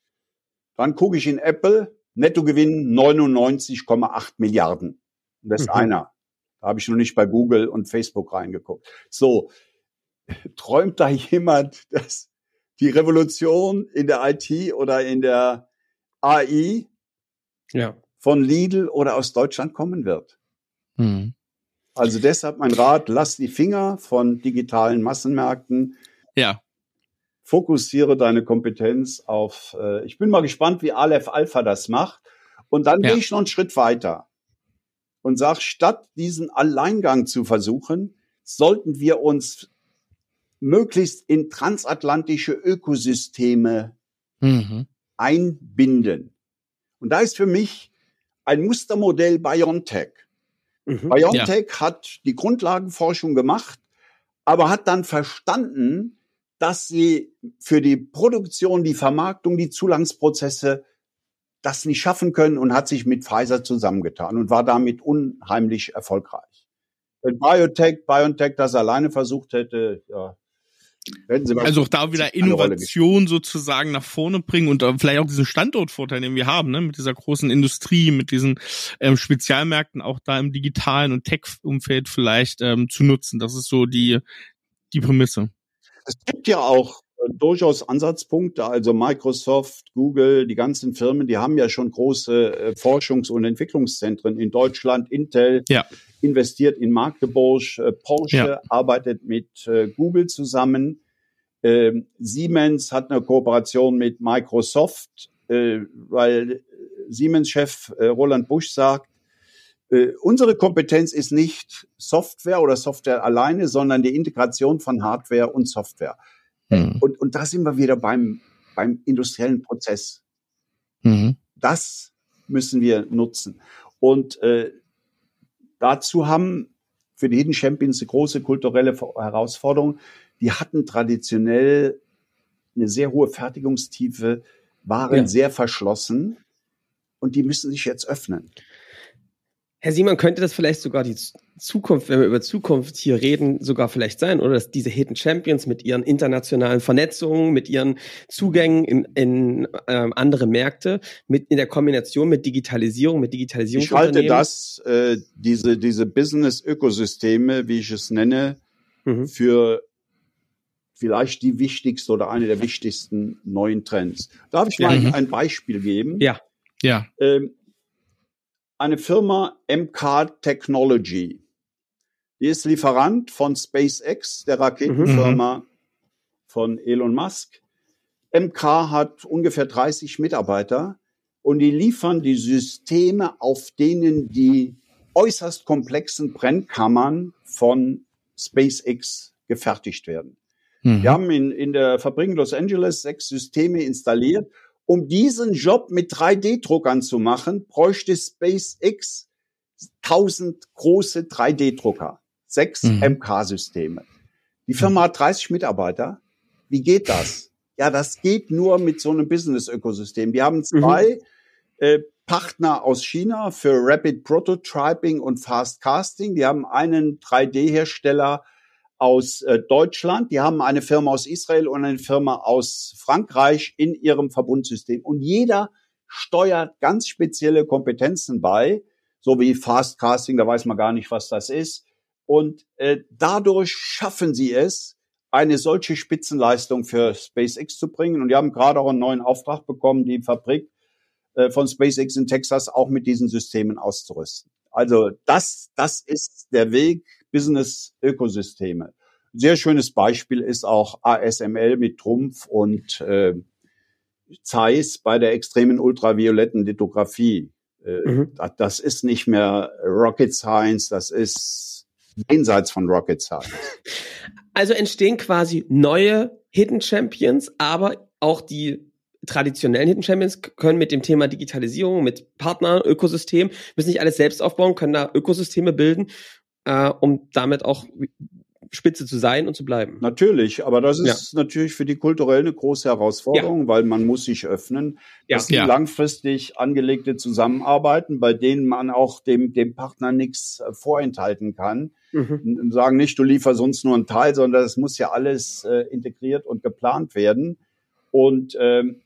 Dann gucke ich in Apple, Nettogewinn neunundneunzig Komma acht Milliarden. Das ist mhm. einer. Da habe ich noch nicht bei Google und Facebook reingeguckt. So, träumt da jemand, dass die Revolution in der I T oder in der A I ja. von Lidl oder aus Deutschland kommen wird? Mhm. Also deshalb mein Rat, lass die Finger von digitalen Massenmärkten. Ja. Fokussiere deine Kompetenz auf, äh, ich bin mal gespannt, wie Aleph Alpha das macht. Und dann ja. gehe ich noch einen Schritt weiter und sage, statt diesen Alleingang zu versuchen, sollten wir uns möglichst in transatlantische Ökosysteme mhm. einbinden. Und da ist für mich ein Mustermodell BioNTech. Mhm. BioNTech ja. hat die Grundlagenforschung gemacht, aber hat dann verstanden, dass sie für die Produktion, die Vermarktung, die Zulangsprozesse das nicht schaffen können und hat sich mit Pfizer zusammengetan und war damit unheimlich erfolgreich. Wenn Biotech, BioNTech das alleine versucht hätte, ja, hätten sie also auch da wieder Innovation sozusagen nach vorne bringen und vielleicht auch diesen Standortvorteil, den wir haben, ne, mit dieser großen Industrie, mit diesen ähm, Spezialmärkten auch da im digitalen und Tech-Umfeld vielleicht ähm, zu nutzen. Das ist so die die Prämisse. Es gibt ja auch äh, durchaus Ansatzpunkte, also Microsoft, Google, die ganzen Firmen, die haben ja schon große äh, Forschungs- und Entwicklungszentren in Deutschland. Intel ja. investiert in Magdeburg, äh, Porsche ja. arbeitet mit äh, Google zusammen, äh, Siemens hat eine Kooperation mit Microsoft, äh, weil Siemens-Chef äh, Roland Busch sagt, äh, unsere Kompetenz ist nicht Software oder Software alleine, sondern die Integration von Hardware und Software. Mhm. Und, und da sind wir wieder beim, beim industriellen Prozess. Mhm. Das müssen wir nutzen. Und äh, dazu haben für die Hidden Champions eine große kulturelle Herausforderung. Die hatten traditionell eine sehr hohe Fertigungstiefe, waren ja. sehr verschlossen und die müssen sich jetzt öffnen. Herr Simon, könnte das vielleicht sogar die Zukunft, wenn wir über Zukunft hier reden, sogar vielleicht sein, oder? Dass diese Hidden Champions mit ihren internationalen Vernetzungen, mit ihren Zugängen in, in ähm, andere Märkte, mit in der Kombination mit Digitalisierung, mit Digitalisierung. Ich halte das, äh, diese, diese Business-Ökosysteme, wie ich es nenne, mhm. für vielleicht die wichtigste oder eine der wichtigsten neuen Trends. Darf ich mal mhm. ein Beispiel geben? Ja. Ja. Ähm, Eine Firma M K Technology, die ist Lieferant von SpaceX, der Raketenfirma mhm. von Elon Musk. M K hat ungefähr dreißig Mitarbeiter und die liefern die Systeme, auf denen die äußerst komplexen Brennkammern von SpaceX gefertigt werden. Mhm. Wir haben in, in der Fabrik in Los Angeles sechs Systeme installiert. Um diesen Job mit drei D Druckern zu machen, bräuchte SpaceX tausend große drei D Drucker, sechs mhm. M K-Systeme. Die Firma mhm. hat dreißig Mitarbeiter. Wie geht das? Ja, das geht nur mit so einem Business-Ökosystem. Wir haben zwei mhm. äh, Partner aus China für Rapid Prototyping und Fast Casting. Die haben einen drei D-Hersteller aus äh, Deutschland. Die haben eine Firma aus Israel und eine Firma aus Frankreich in ihrem Verbundsystem. Und jeder steuert ganz spezielle Kompetenzen bei, so wie Fast Casting, da weiß man gar nicht, was das ist. Und äh, dadurch schaffen sie es, eine solche Spitzenleistung für SpaceX zu bringen. Und wir haben gerade auch einen neuen Auftrag bekommen, die Fabrik äh, von SpaceX in Texas auch mit diesen Systemen auszurüsten. Also das, das ist der Weg, Business-Ökosysteme. Sehr schönes Beispiel ist auch A S M L mit Trumpf und äh, Zeiss bei der extremen ultravioletten Lithografie. Äh, mhm. das, das ist nicht mehr Rocket Science, das ist jenseits von Rocket Science. Also entstehen quasi neue Hidden Champions, aber auch die traditionellen Hidden Champions können mit dem Thema Digitalisierung, mit Partnern, Ökosystem, müssen nicht alles selbst aufbauen, können da Ökosysteme bilden, äh, um damit auch Spitze zu sein und zu bleiben. Natürlich, aber das ist ja. natürlich für die kulturell eine große Herausforderung, ja. weil man muss sich öffnen. Ja. Das sind ja. langfristig angelegte Zusammenarbeiten, bei denen man auch dem, dem Partner nichts vorenthalten kann. Mhm. Sagen nicht, du lieferst uns nur einen Teil, sondern es muss ja alles äh, integriert und geplant werden. Und ähm,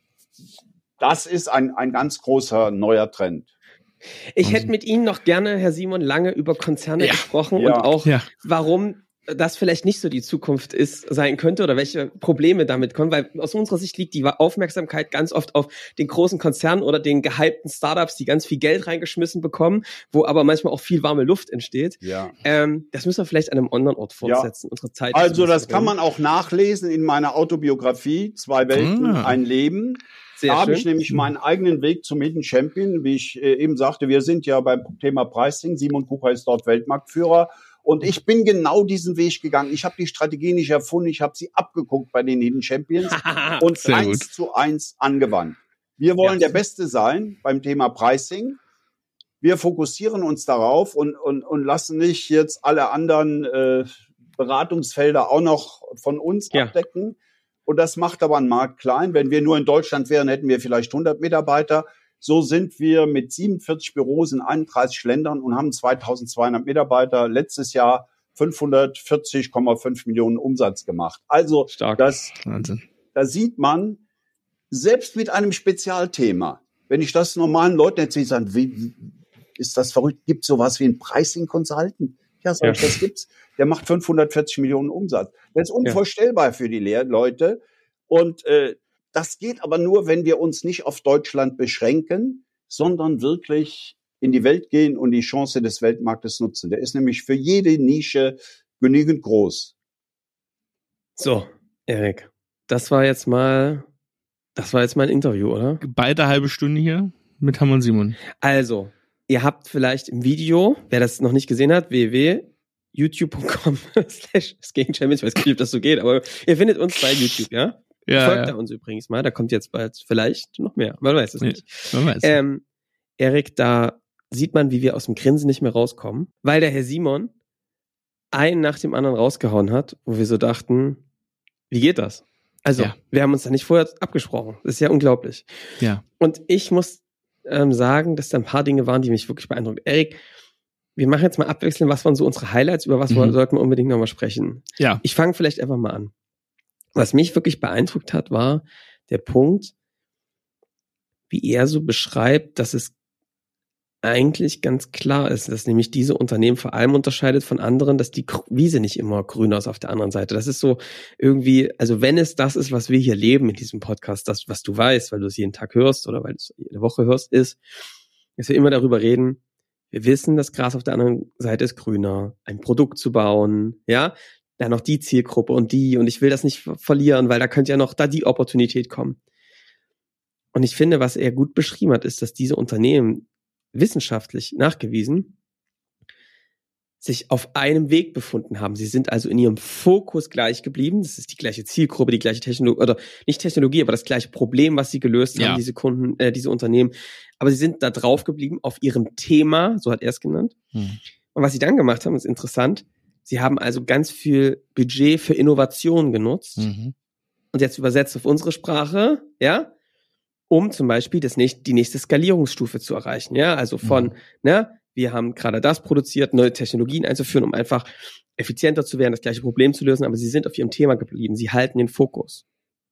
das ist ein, ein ganz großer neuer Trend. Ich hätte mit Ihnen noch gerne, Herr Simon, lange über Konzerne ja. gesprochen ja. und auch, ja. warum das vielleicht nicht so die Zukunft ist, sein könnte oder welche Probleme damit kommen, weil aus unserer Sicht liegt die Aufmerksamkeit ganz oft auf den großen Konzernen oder den gehypten Startups, die ganz viel Geld reingeschmissen bekommen, wo aber manchmal auch viel warme Luft entsteht. Ja. Ähm, das müssen wir vielleicht an einem anderen Ort fortsetzen. Ja. Unsere Zeit also das kann man auch nachlesen in meiner Autobiografie, Zwei Welten, ah. ein Leben. Sehr da habe ich nämlich meinen eigenen Weg zum Hidden Champion, wie ich äh, eben sagte, wir sind ja beim Thema Pricing, Simon Kucher ist dort Weltmarktführer. Und ich bin genau diesen Weg gegangen. Ich habe die Strategie nicht erfunden, ich habe sie abgeguckt bei den Hidden Champions und Sehr eins gut. zu eins angewandt. Wir wollen ja. der Beste sein beim Thema Pricing. Wir fokussieren uns darauf und, und, und lassen nicht jetzt alle anderen äh, Beratungsfelder auch noch von uns ja. abdecken. Und das macht aber einen Markt klein. Wenn wir nur in Deutschland wären, hätten wir vielleicht hundert Mitarbeiter. So sind wir mit siebenundvierzig Büros in einunddreißig Ländern und haben zweitausendzweihundert Mitarbeiter. Letztes Jahr fünfhundertvierzig Komma fünf Millionen Umsatz gemacht. Also Stark. das, Wahnsinn. Da sieht man, selbst mit einem Spezialthema, wenn ich das normalen Leuten erzähle, sagen, wie, ist das verrückt? Gibt es sowas wie einen Pricing Consultant? Ja, sag ich, ja. das gibt's. Der macht fünfhundertvierzig Millionen Umsatz. Das ist unvorstellbar ja. für die Leute. Und äh, das geht aber nur, wenn wir uns nicht auf Deutschland beschränken, sondern wirklich in die Welt gehen und die Chance des Weltmarktes nutzen. Der ist nämlich für jede Nische genügend groß. So, Erik, das war jetzt mal, das war jetzt mal ein Interview, oder? Beide halbe Stunde hier mit Hermann Simon. Also, ihr habt vielleicht im Video, wer das noch nicht gesehen hat, w w w punkt youtube punkt com slash Skating Champions, ich weiß nicht, ob das so geht, aber ihr findet uns bei YouTube, ja? Ja, Folgt ja. er uns übrigens mal, da kommt jetzt bald vielleicht noch mehr, man weiß es nee, nicht. Man weiß. Ähm, Erik, da sieht man, wie wir aus dem Grinsen nicht mehr rauskommen, weil der Herr Simon einen nach dem anderen rausgehauen hat, wo wir so dachten, wie geht das? Also, ja. wir haben uns da nicht vorher abgesprochen. Das ist ja unglaublich. Ja. Und ich muss ähm, sagen, dass da ein paar Dinge waren, die mich wirklich beeindruckt. Erik, wir machen jetzt mal abwechselnd, was waren so unsere Highlights, über was mhm. sollten wir unbedingt nochmal sprechen. Ja. Ich fange vielleicht einfach mal an. Was mich wirklich beeindruckt hat, war der Punkt, wie er so beschreibt, dass es eigentlich ganz klar ist, dass nämlich diese Unternehmen vor allem unterscheidet von anderen, dass die Wiese nicht immer grün ist auf der anderen Seite. Das ist so irgendwie, also wenn es das ist, was wir hier leben in diesem Podcast, das, was du weißt, weil du es jeden Tag hörst oder weil du es jede Woche hörst, ist, dass wir immer darüber reden, wir wissen, das Gras auf der anderen Seite ist grüner, ein Produkt zu bauen, ja, dann noch die Zielgruppe und die und ich will das nicht verlieren, weil da könnte ja noch da die Opportunität kommen. Und ich finde, was er gut beschrieben hat, ist, dass diese Unternehmen wissenschaftlich nachgewiesen sich auf einem Weg befunden haben. Sie sind also in ihrem Fokus gleich geblieben. Das ist die gleiche Zielgruppe, die gleiche Technologie, oder nicht Technologie, aber das gleiche Problem, was sie gelöst ja. haben, diese Kunden, äh, diese Unternehmen. Aber sie sind da drauf geblieben auf ihrem Thema, so hat er es genannt. Hm. Und was sie dann gemacht haben, ist interessant. Sie haben also ganz viel Budget für Innovation genutzt. Mhm. Und jetzt übersetzt auf unsere Sprache, ja, um zum Beispiel das nächste, die nächste Skalierungsstufe zu erreichen. Ja, also von, mhm. ne, wir haben gerade das produziert, neue Technologien einzuführen, um einfach effizienter zu werden, das gleiche Problem zu lösen, aber sie sind auf ihrem Thema geblieben. Sie halten den Fokus.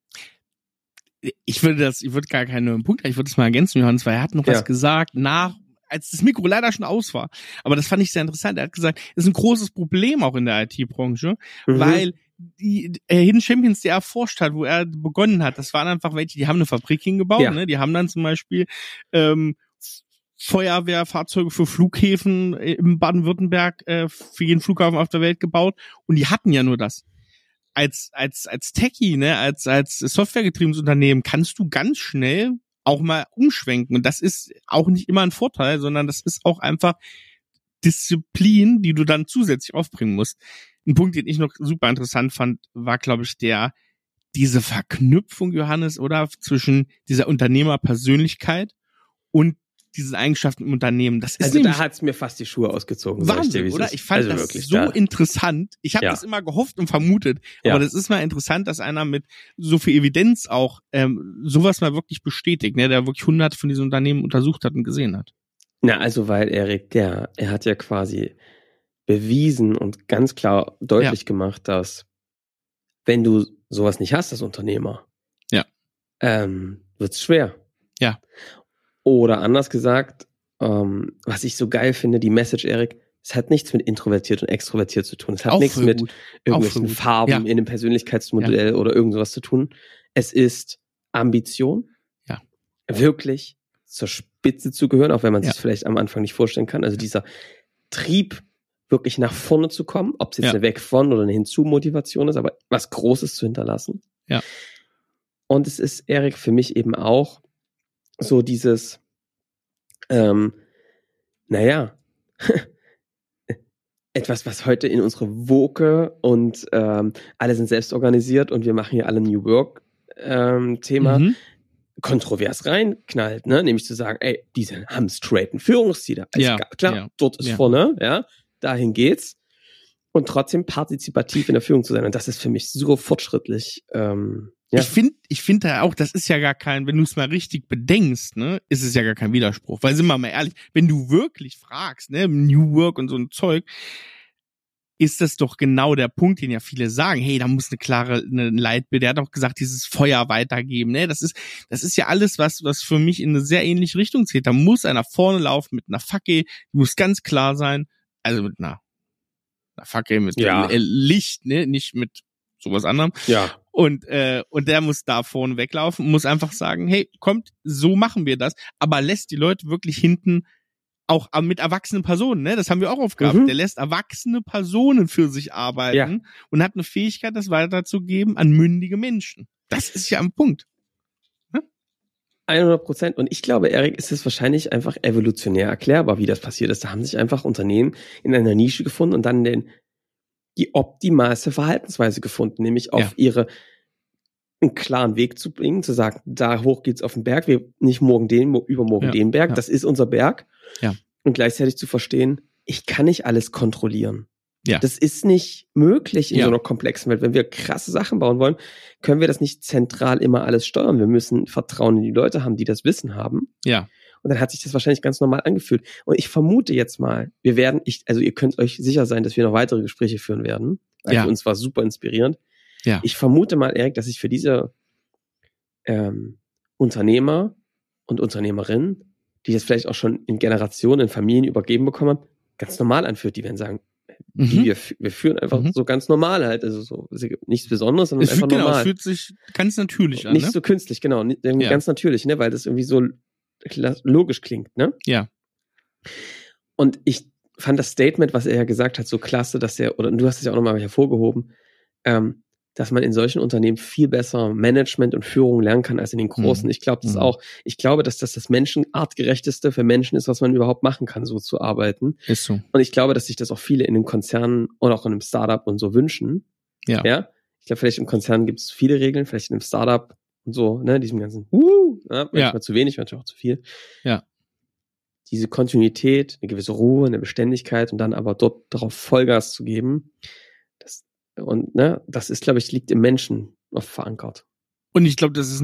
Ich würde das, ich würde gar keinen neuen Punkt, ich würde das mal ergänzen, Johannes, weil er hat noch ja. was gesagt nach, als das Mikro leider schon aus war. Aber das fand ich sehr interessant. Er hat gesagt, es ist ein großes Problem auch in der I T-Branche, mhm. weil die äh, Hidden Champions, die er erforscht hat, wo er begonnen hat, das waren einfach welche, die haben eine Fabrik hingebaut, ja. ne? Die haben dann zum Beispiel ähm, Feuerwehrfahrzeuge für Flughäfen im Baden-Württemberg äh, für jeden Flughafen auf der Welt gebaut und die hatten ja nur das. Als als als Techie, ne, als als softwaregetriebenes Unternehmen kannst du ganz schnell auch mal umschwenken und das ist auch nicht immer ein Vorteil, sondern das ist auch einfach Disziplin, die du dann zusätzlich aufbringen musst. Ein Punkt, den ich noch super interessant fand, war, glaube ich, der diese Verknüpfung, Johannes, oder zwischen dieser Unternehmerpersönlichkeit und diesen Eigenschaften im Unternehmen. Das ist also da hat's mir fast die Schuhe ausgezogen. Wahnsinn, ich oder? Ich fand also das wirklich, so ja. interessant. Ich habe ja. das immer gehofft und vermutet, ja. aber das ist mal interessant, dass einer mit so viel Evidenz auch ähm, sowas mal wirklich bestätigt, ne, der wirklich hunderte von diesen Unternehmen untersucht hat und gesehen hat. Na, also weil Erik, der, er hat ja quasi bewiesen und ganz klar deutlich ja. gemacht, dass wenn du sowas nicht hast als Unternehmer, ja. ähm, wird's schwer. Ja. Oder anders gesagt, ähm, was ich so geil finde, die Message, Erik, es hat nichts mit introvertiert und extrovertiert zu tun. Es hat auch nichts mit gut. irgendwelchen Farben ja. in einem Persönlichkeitsmodell ja. oder irgend sowas zu tun. Es ist Ambition, ja. wirklich zur Spitze zu gehören, auch wenn man ja. sich vielleicht am Anfang nicht vorstellen kann. Also dieser Trieb, wirklich nach vorne zu kommen, ob es jetzt ja. eine Weg von oder eine Hinzu-Motivation ist, aber was Großes zu hinterlassen. Ja. Und es ist, Erik, für mich eben auch so dieses, ähm, naja, etwas, was heute in unsere Woke und ähm, alle sind selbst organisiert und wir machen hier alle New Work ähm, Thema mhm. kontrovers reinknallt, ne? Nämlich zu sagen, ey, diese haben straighten Führungsziele. Also ja, klar, ja, dort ist ja. vorne, ja, dahin geht's. Und trotzdem partizipativ in der Führung zu sein. Und das ist für mich so fortschrittlich. Ähm, ja. Ich finde ich finde da auch, das ist ja gar kein, wenn du es mal richtig bedenkst, ne, ist es ja gar kein Widerspruch. Weil sind wir mal ehrlich, wenn du wirklich fragst, ne, New Work und so ein Zeug, ist das doch genau der Punkt, den ja viele sagen, hey, da muss eine klare eine Leitbild. Der hat auch gesagt, dieses Feuer weitergeben, ne, das ist das ist ja alles, was was für mich in eine sehr ähnliche Richtung zählt. Da muss einer vorne laufen mit einer Fackel, die muss ganz klar sein, also mit einer einer Fackel mit ja. Licht, ne, nicht mit sowas anderem. Ja. Und äh, und der muss da vorne weglaufen, muss einfach sagen, hey, kommt, so machen wir das, aber lässt die Leute wirklich hinten auch mit erwachsenen Personen, ne, das haben wir auch aufgehabt. Mhm. Der lässt erwachsene Personen für sich arbeiten ja. und hat eine Fähigkeit, das weiterzugeben an mündige Menschen. Das ist ja am Punkt. hundert Prozent. Und ich glaube, Erik, ist es wahrscheinlich einfach evolutionär erklärbar, wie das passiert ist. Da haben sich einfach Unternehmen in einer Nische gefunden und dann den, die optimalste Verhaltensweise gefunden, nämlich auf ja. ihre einen klaren Weg zu bringen, zu sagen, da hoch geht's auf den Berg, wir nicht morgen den, übermorgen ja. den Berg, ja. das ist unser Berg. Ja. Und gleichzeitig zu verstehen, ich kann nicht alles kontrollieren. Ja. Das ist nicht möglich in ja. so einer komplexen Welt. Wenn wir krasse Sachen bauen wollen, können wir das nicht zentral immer alles steuern. Wir müssen Vertrauen in die Leute haben, die das Wissen haben. Ja. Und dann hat sich das wahrscheinlich ganz normal angefühlt. Und ich vermute jetzt mal, wir werden, ich, also ihr könnt euch sicher sein, dass wir noch weitere Gespräche führen werden. Weil ja. für uns war super inspirierend. Ja. Ich vermute mal, Erik, dass sich für diese ähm, Unternehmer und Unternehmerinnen, die das vielleicht auch schon in Generationen, in Familien übergeben bekommen haben, ganz normal anfühlt. Die werden sagen, mhm. die, wir, wir führen einfach mhm. so ganz normal halt, also so nichts Besonderes, sondern es einfach fühlt, genau, normal. Es fühlt sich ganz natürlich an, nicht ne? so künstlich, genau, nicht, irgendwie ja. ganz natürlich, ne, weil das irgendwie so logisch klingt, ne? Ja. Und ich fand das Statement, was er ja gesagt hat, so klasse, dass er, oder du hast es ja auch nochmal hervorgehoben, ähm, dass man in solchen Unternehmen viel besser Management und Führung lernen kann als in den großen. Mhm. Ich glaube das mhm. auch. Ich glaube, dass das das menschenartgerechteste für Menschen ist, was man überhaupt machen kann, so zu arbeiten. Ist so. Und ich glaube, dass sich das auch viele in den Konzernen oder auch in einem Startup und so wünschen. Ja. Ja. Ich glaube, vielleicht im Konzern gibt es viele Regeln, vielleicht in einem Startup und so, ne, diesem ganzen, uh, ja, manchmal ja. zu wenig, manchmal auch zu viel. Ja. Diese Kontinuität, eine gewisse Ruhe, eine Beständigkeit und dann aber dort darauf Vollgas zu geben, das Und ne, das ist, glaube ich, liegt im Menschen oft verankert. Und ich glaube, das ist ein,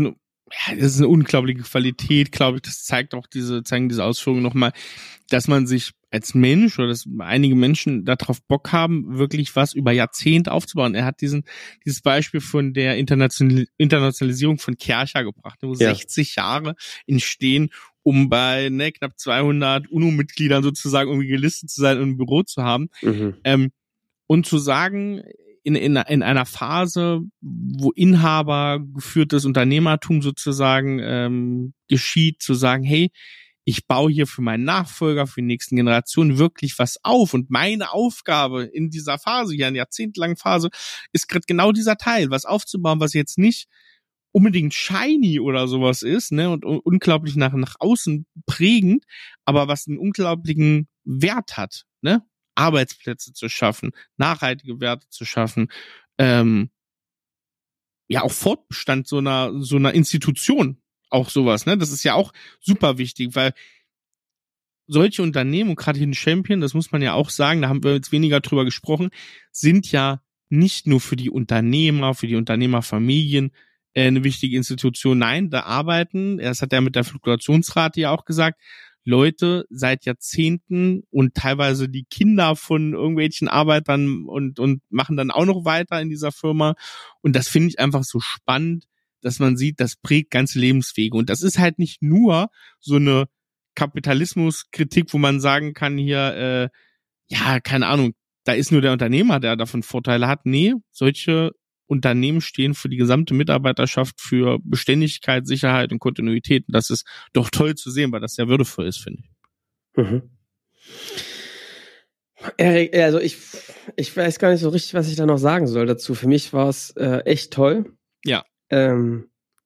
ja, das ist eine unglaubliche Qualität, glaube ich. Das zeigt auch diese, zeigen diese Ausführungen nochmal, dass man sich als Mensch oder dass einige Menschen darauf Bock haben, wirklich was über Jahrzehnte aufzubauen. Er hat diesen, dieses Beispiel von der International, Internationalisierung von Kercher gebracht, wo ja. sechzig Jahre entstehen, um bei ne, knapp zweihundert UNO-Mitgliedern sozusagen irgendwie gelistet zu sein und ein Büro zu haben. Mhm. Ähm, und zu sagen, in, in, in einer Phase, wo Inhaber geführtes Unternehmertum sozusagen ähm, geschieht, zu sagen, hey, ich baue hier für meinen Nachfolger, für die nächsten Generationen wirklich was auf. Und meine Aufgabe in dieser Phase, hier eine jahrzehntelange Phase, ist gerade genau dieser Teil, was aufzubauen, was jetzt nicht unbedingt shiny oder sowas ist, ne, und unglaublich nach, nach außen prägend, aber was einen unglaublichen Wert hat, ne, Arbeitsplätze zu schaffen, nachhaltige Werte zu schaffen, ähm, ja, auch Fortbestand so einer, so einer Institution, auch sowas, ne, das ist ja auch super wichtig, weil solche Unternehmen, und gerade Hidden Champion, das muss man ja auch sagen, da haben wir jetzt weniger drüber gesprochen, sind ja nicht nur für die Unternehmer, für die Unternehmerfamilien äh, eine wichtige Institution. Nein, da arbeiten, das hat er mit der Fluktuationsrate ja auch gesagt, Leute seit Jahrzehnten und teilweise die Kinder von irgendwelchen Arbeitern und und machen dann auch noch weiter in dieser Firma. Und das finde ich einfach so spannend, dass man sieht, das prägt ganze Lebenswege. Und das ist halt nicht nur so eine Kapitalismuskritik, wo man sagen kann hier, äh, ja, keine Ahnung, da ist nur der Unternehmer, der davon Vorteile hat. Nee, solche Unternehmen stehen für die gesamte Mitarbeiterschaft für Beständigkeit, Sicherheit und Kontinuität. Und das ist doch toll zu sehen, weil das sehr würdevoll ist, finde ich. Mhm. Erik, also ich, ich weiß gar nicht so richtig, was ich da noch sagen soll dazu. Für mich war es äh, echt toll. Ja. Ähm,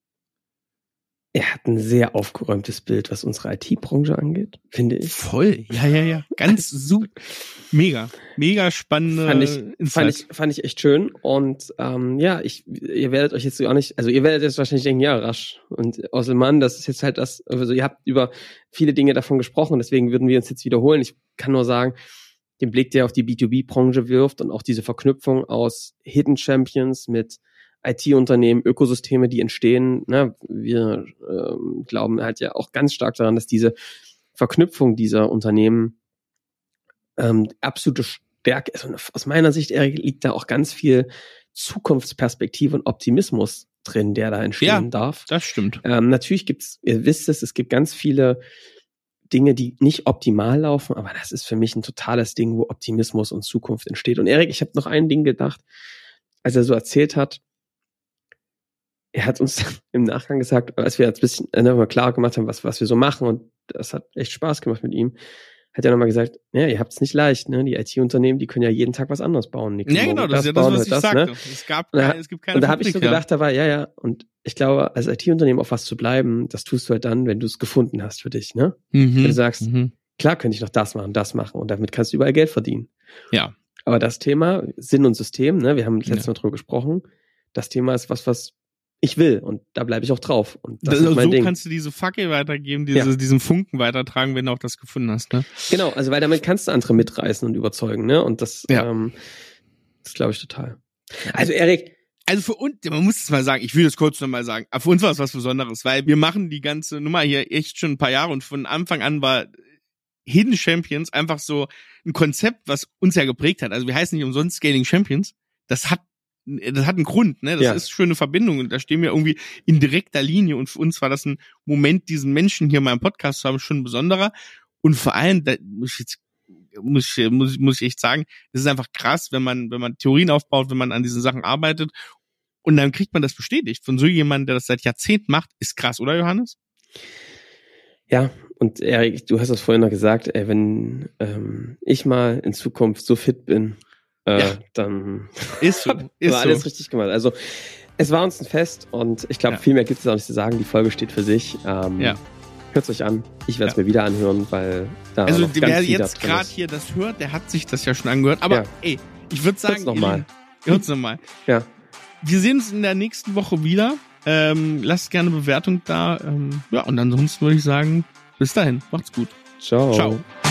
er hat ein sehr aufgeräumtes Bild, was unsere I T-Branche angeht, finde ich. Voll, ja, ja, ja. Ganz super. Mega, mega spannende fand ich, fand ich, fand ich echt schön. Und ähm, ja, ich, ihr werdet euch jetzt so auch nicht, also ihr werdet jetzt wahrscheinlich denken, ja, rasch. Und Osselmann, das ist jetzt halt das, also ihr habt über viele Dinge davon gesprochen, deswegen würden wir uns jetzt wiederholen. Ich kann nur sagen, den Blick, der auf die B zwei B-Branche wirft und auch diese Verknüpfung aus Hidden Champions mit I T-Unternehmen, Ökosysteme, die entstehen. Ne? Wir ähm, glauben halt ja auch ganz stark daran, dass diese Verknüpfung dieser Unternehmen ähm, absolute Stärke ist. Und aus meiner Sicht, Erik, liegt da auch ganz viel Zukunftsperspektive und Optimismus drin, der da entstehen ja, darf. Das stimmt. Ähm, natürlich gibt's, ihr wisst es, es gibt ganz viele Dinge, die nicht optimal laufen, aber das ist für mich ein totales Ding, wo Optimismus und Zukunft entsteht. Und Erik, ich habe noch ein Ding gedacht, als er so erzählt hat, er hat uns im Nachgang gesagt, als wir jetzt ein bisschen äh, mal klar gemacht haben, was, was wir so machen, und das hat echt Spaß gemacht mit ihm, hat er nochmal gesagt, ja, ihr habt es nicht leicht, ne? Die I T-Unternehmen, die können ja jeden Tag was anderes bauen. Die ja, genau, das ist ja das, was ich sagte. Ne? Es gab keine, es gibt keine Und da habe ich so gedacht, da war, ja, ja, und ich glaube, als I T-Unternehmen auf was zu bleiben, das tust du halt dann, wenn du es gefunden hast für dich, ne? Mhm. Wenn du sagst, mhm. klar könnte ich noch das machen, das machen, und damit kannst du überall Geld verdienen. Ja. Aber das Thema Sinn und System, ne? Wir haben letztes ja. Mal drüber gesprochen, das Thema ist was, was ich will, und da bleibe ich auch drauf. Und das also ist mein so Ding. Kannst du diese Fackel weitergeben, diese, ja. diesen Funken weitertragen, wenn du auch das gefunden hast, ne? Genau, also weil damit kannst du andere mitreißen und überzeugen, ne? Und das, ja. ähm, das glaube ich total. Also Erik, also für uns, man muss es mal sagen, ich will das kurz nochmal sagen, aber für uns war es was Besonderes, weil wir machen die ganze Nummer hier echt schon ein paar Jahre, und von Anfang an war Hidden Champions einfach so ein Konzept, was uns ja geprägt hat. Also wir heißen nicht umsonst Scaling Champions. Das hat Das hat einen Grund, ne? Das ja. ist schon eine Verbindung, und da stehen wir irgendwie in direkter Linie, und für uns war das ein Moment, diesen Menschen hier mal im Podcast zu haben, schon ein besonderer. Und vor allem, da muss ich jetzt, muss ich, muss ich, muss ich echt sagen, es ist einfach krass, wenn man, wenn man Theorien aufbaut, wenn man an diesen Sachen arbeitet, und dann kriegt man das bestätigt von so jemandem, der das seit Jahrzehnten macht. Ist krass, oder Johannes? Ja, und Erik, du hast es vorhin noch gesagt, ey, wenn ähm, ich mal in Zukunft so fit bin, Äh, ja. dann ist so, ist war alles so. richtig gemacht. Also es war uns ein Fest, und ich glaube, ja. viel mehr gibt es auch nicht zu sagen. Die Folge steht für sich. Ähm, ja. Hört es euch an. Ich werde es ja. mir wieder anhören, weil da also noch ganz wer viel jetzt gerade hier das hört, der hat sich das ja schon angehört. Aber ja. ey, ich würde sagen, nochmal. Hört's nochmal. Ja. Wir sehen uns in der nächsten Woche wieder. Ähm, lasst gerne Bewertung da. Ähm, ja, und ansonsten würde ich sagen, bis dahin. Macht's gut. Ciao. Ciao.